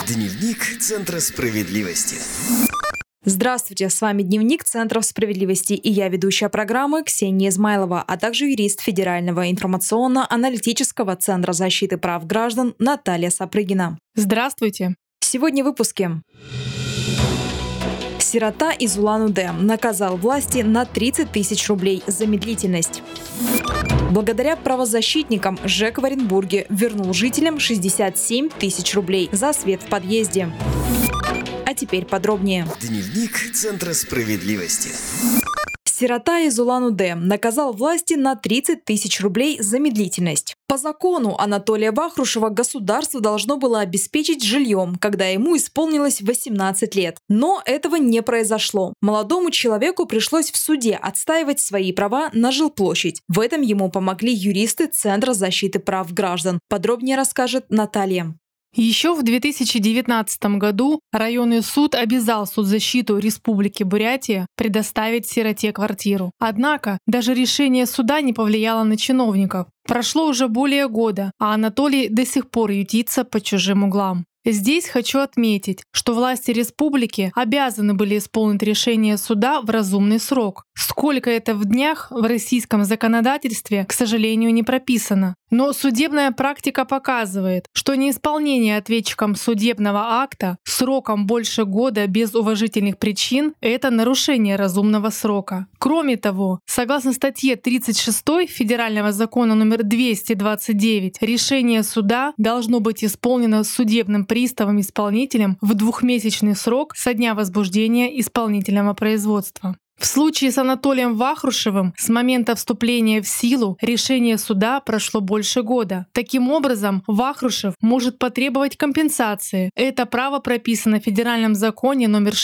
Дневник Центра справедливости. Здравствуйте, с вами Дневник Центра справедливости и я, ведущая программы Ксения Измайлова, а также юрист Федерального информационно-аналитического центра защиты прав граждан Наталья Сапрыгина. Здравствуйте! Сегодня в выпуске. Сирота из Улан-Удэ наказал власти на 30 тысяч рублей за медлительность. Благодаря правозащитникам ЖЭК в Оренбурге вернул жителям 67 тысяч рублей за свет в подъезде. А теперь подробнее. Дневник Центра справедливости. Сирота из Улан-Удэ наказал власти на 30 тысяч рублей за медлительность. По закону Анатолия Вахрушева государство должно было обеспечить жильем, когда ему исполнилось 18 лет. Но этого не произошло. Молодому человеку пришлось в суде отстаивать свои права на жилплощадь. В этом ему помогли юристы Центра защиты прав граждан. Подробнее расскажет Наталья. Еще в 2019 году районный суд обязал соцзащиту Республики Бурятия предоставить сироте квартиру. Однако даже решение суда не повлияло на чиновников. Прошло уже более года, а Анатолий до сих пор ютится по чужим углам. Здесь хочу отметить, что власти республики обязаны были исполнить решение суда в разумный срок. Сколько это в днях в российском законодательстве, к сожалению, не прописано. Но судебная практика показывает, что неисполнение ответчиком судебного акта сроком больше года без уважительных причин — это нарушение разумного срока. Кроме того, согласно статье 36 Федерального закона номер 229, решение суда должно быть исполнено судебным приставом-исполнителем в 2-месячный срок со дня возбуждения исполнительного производства. В случае с Анатолием Вахрушевым с момента вступления в силу решения суда прошло больше года. Таким образом, Вахрушев может потребовать компенсации. Это право прописано в Федеральном законе номер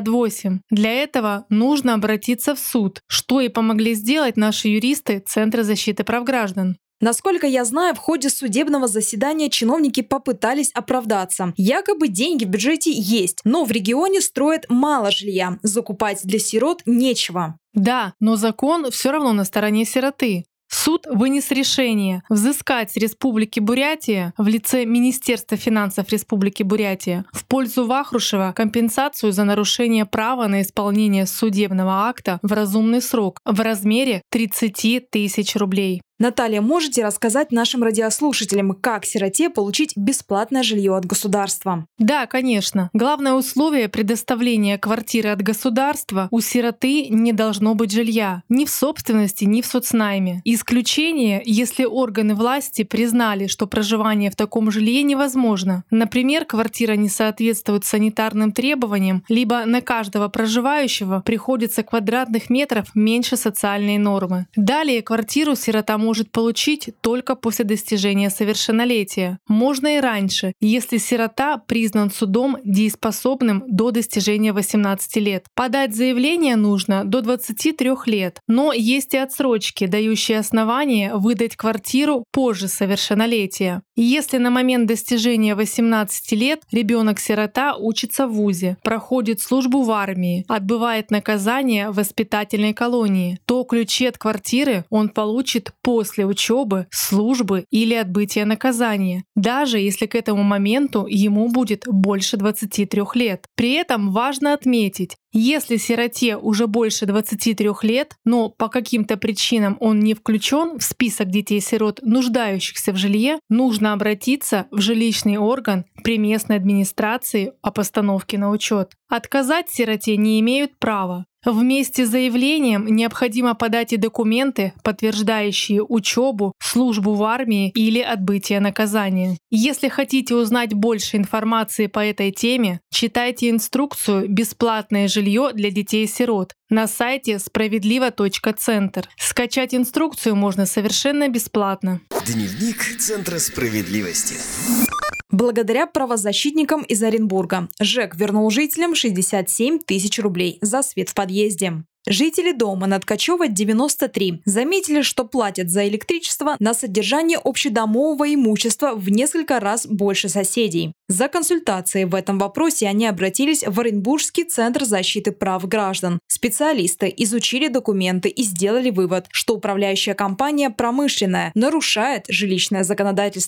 68. Для этого нужно обратиться в суд, что и помогли сделать наши юристы Центра защиты прав граждан. Насколько я знаю, в ходе судебного заседания чиновники попытались оправдаться. Якобы деньги в бюджете есть, но в регионе строят мало жилья. Закупать для сирот нечего. Да, но закон все равно на стороне сироты. Суд вынес решение взыскать с Республики Бурятия в лице Министерства финансов Республики Бурятия в пользу Вахрушева компенсацию за нарушение права на исполнение судебного акта в разумный срок в размере 30 тысяч рублей. Наталья, можете рассказать нашим радиослушателям, как сироте получить бесплатное жилье от государства? Да, конечно. Главное условие предоставления квартиры от государства: у сироты не должно быть жилья ни в собственности, ни в соцнайме. Исключение, если органы власти признали, что проживание в таком жилье невозможно. Например, квартира не соответствует санитарным требованиям, либо на каждого проживающего приходится квадратных метров меньше социальной нормы. Далее квартиру сирота может получить только после достижения совершеннолетия. Можно и раньше, если сирота признан судом дееспособным до достижения 18 лет. Подать заявление нужно до 23 лет, но есть и отсрочки, дающие основания выдать квартиру позже совершеннолетия. И если на момент достижения 18 лет ребенок-сирота учится в вузе, проходит службу в армии, отбывает наказание в воспитательной колонии, то ключи от квартиры он получит после учебы, службы или отбытия наказания, даже если к этому моменту ему будет больше 23 лет. При этом важно отметить, если сироте уже больше 23 лет, но по каким-то причинам он не включен в список детей-сирот, нуждающихся в жилье, нужно обратиться в жилищный орган при местной администрации о постановке на учет. Отказать сироте не имеют права. Вместе с заявлением необходимо подать и документы, подтверждающие учебу, службу в армии или отбытие наказания. Если хотите узнать больше информации по этой теме, читайте инструкцию «Бесплатное жилье для детей-сирот» на сайте справедливо.центр. Скачать инструкцию можно совершенно бесплатно. Дневник Центра справедливости. Благодаря правозащитникам из Оренбурга ЖЭК вернул жителям 67 тысяч рублей за свет в подъезде. Жители дома на Ткачева, 93, заметили, что платят за электричество на содержание общедомового имущества в несколько раз больше соседей. За консультацией в этом вопросе они обратились в Оренбургский центр защиты прав граждан. Специалисты изучили документы и сделали вывод, что управляющая компания «Промышленная» нарушает жилищное законодательство.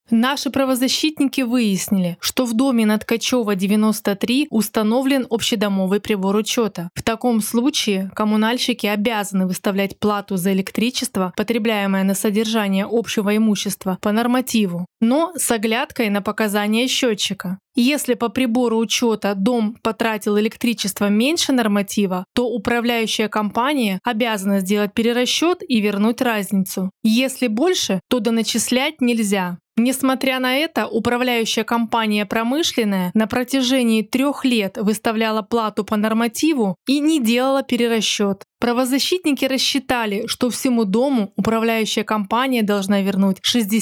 Наши правозащитники выяснили, что в доме на Ткачева 93 установлен общедомовый прибор учета. В таком случае коммунальщики обязаны выставлять плату за электричество, потребляемое на содержание общего имущества, по нормативу, но с оглядкой на показания счетчика. Если по прибору учета дом потратил электричество меньше норматива, то управляющая компания обязана сделать перерасчет и вернуть разницу. Если больше, то доначислять нельзя. Несмотря на это, управляющая компания «Промышленная» на протяжении 3 лет выставляла плату по нормативу и не делала перерасчет. Правозащитники рассчитали, что всему дому управляющая компания должна вернуть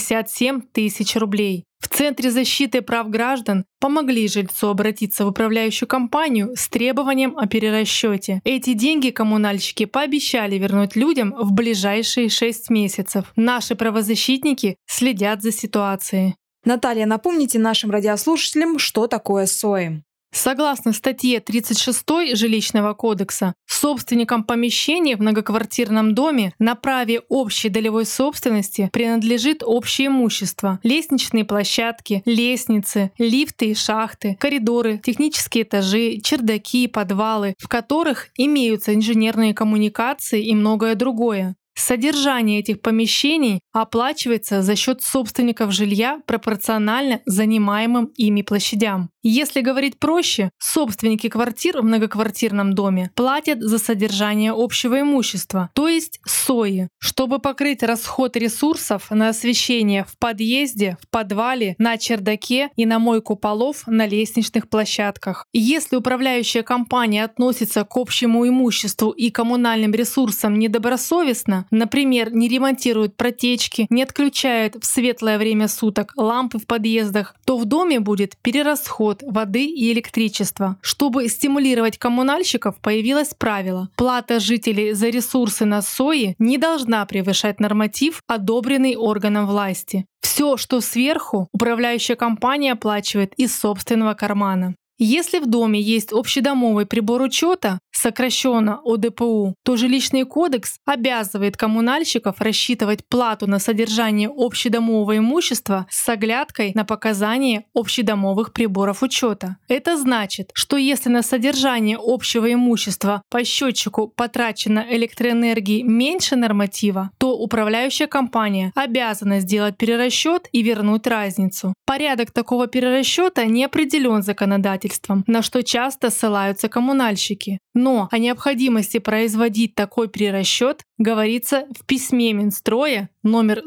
67 тысяч рублей. В Центре защиты прав граждан помогли жильцу обратиться в управляющую компанию с требованием о перерасчете. Эти деньги коммунальщики пообещали вернуть людям в ближайшие 6 месяцев. Наши правозащитники следят за ситуацией. Наталья, напомните нашим радиослушателям, что такое СОИ. Согласно статье 36 Жилищного кодекса, собственникам помещений в многоквартирном доме на праве общей долевой собственности принадлежит общее имущество: лестничные площадки, лестницы, лифты и шахты, коридоры, технические этажи, чердаки, подвалы, в которых имеются инженерные коммуникации и многое другое. Содержание этих помещений оплачивается за счет собственников жилья пропорционально занимаемым ими площадям. Если говорить проще, собственники квартир в многоквартирном доме платят за содержание общего имущества, то есть СОИ, чтобы покрыть расход ресурсов на освещение в подъезде, в подвале, на чердаке и на мойку полов на лестничных площадках. Если управляющая компания относится к общему имуществу и коммунальным ресурсам недобросовестно, например, не ремонтирует протечки, не отключает в светлое время суток лампы в подъездах, то в доме будет перерасход воды и электричества. Чтобы стимулировать коммунальщиков, появилось правило: плата жителей за ресурсы на СОИ не должна превышать норматив, одобренный органом власти. Все, что сверху, управляющая компания оплачивает из собственного кармана. Если в доме есть общедомовый прибор учета, сокращенно ОДПУ, то Жилищный кодекс обязывает коммунальщиков рассчитывать плату на содержание общедомового имущества с оглядкой на показания общедомовых приборов учета. Это значит, что если на содержание общего имущества по счетчику потрачено электроэнергии меньше норматива, то управляющая компания обязана сделать перерасчет и вернуть разницу. Порядок такого перерасчета не определен законодательством, на что часто ссылаются коммунальщики. Но о необходимости производить такой перерасчет говорится в письме Минстроя номер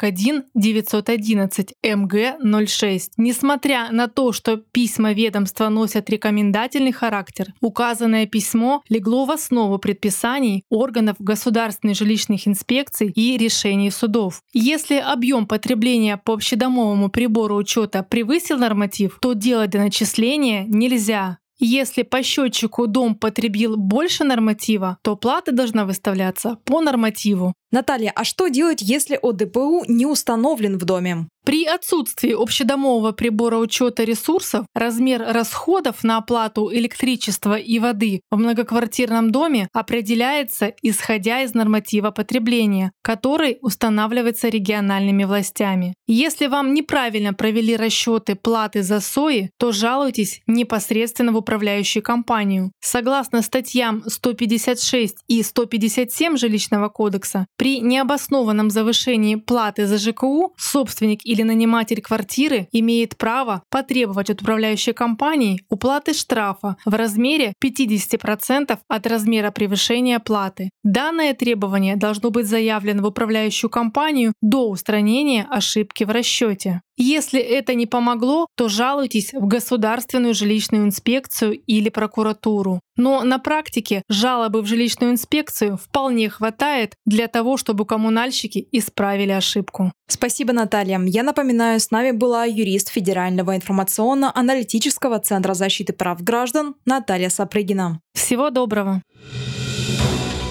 41-911 МГ-06. Несмотря на то, что письма ведомства носят рекомендательный характер, указанное письмо легло в основу предписаний органов государственных жилищных инспекций и решений судов. Если объем потребления по общедомовому прибору учета превысил норматив, то делать доначисления нельзя. Если по счетчику дом потребил больше норматива, то плата должна выставляться по нормативу. Наталья, а что делать, если ОДПУ не установлен в доме? При отсутствии общедомового прибора учета ресурсов размер расходов на оплату электричества и воды в многоквартирном доме определяется исходя из норматива потребления, который устанавливается региональными властями. Если вам неправильно провели расчеты платы за СОИ, то жалуйтесь непосредственно в управляющую компанию. Согласно статьям 156 и 157 Жилищного кодекса, при необоснованном завышении платы за ЖКУ собственник или наниматель квартиры имеет право потребовать от управляющей компании уплаты штрафа в размере 50% от размера превышения платы. Данное требование должно быть заявлено в управляющую компанию до устранения ошибки в расчете. Если это не помогло, то жалуйтесь в Государственную жилищную инспекцию или прокуратуру. Но на практике жалобы в жилищную инспекцию вполне хватает для того, чтобы коммунальщики исправили ошибку. Спасибо, Наталья. Я напоминаю, с нами была юрист Федерального информационно-аналитического центра защиты прав граждан Наталья Сапрыгина. Всего доброго!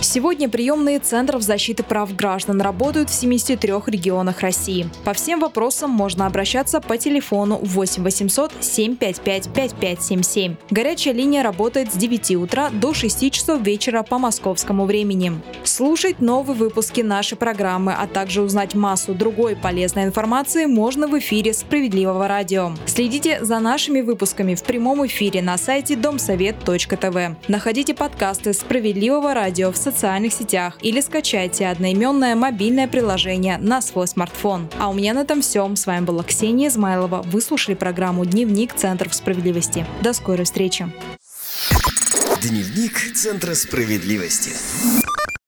Сегодня приемные Центров защиты прав граждан работают в 73 регионах России. По всем вопросам можно обращаться по телефону 8 800 755 5577. Горячая линия работает с 9 утра до 6 часов вечера по московскому времени. Слушать новые выпуски нашей программы, а также узнать массу другой полезной информации можно в эфире «Справедливого радио». Следите за нашими выпусками в прямом эфире на сайте domsovet.tv. Находите подкасты «Справедливого радио» в социальных сетях или скачайте одноименное мобильное приложение на свой смартфон. А у меня на этом все. С вами была Ксения Измайлова. Вы слушали программу «Дневник Центров справедливости». До скорой встречи. Дневник Центра справедливости.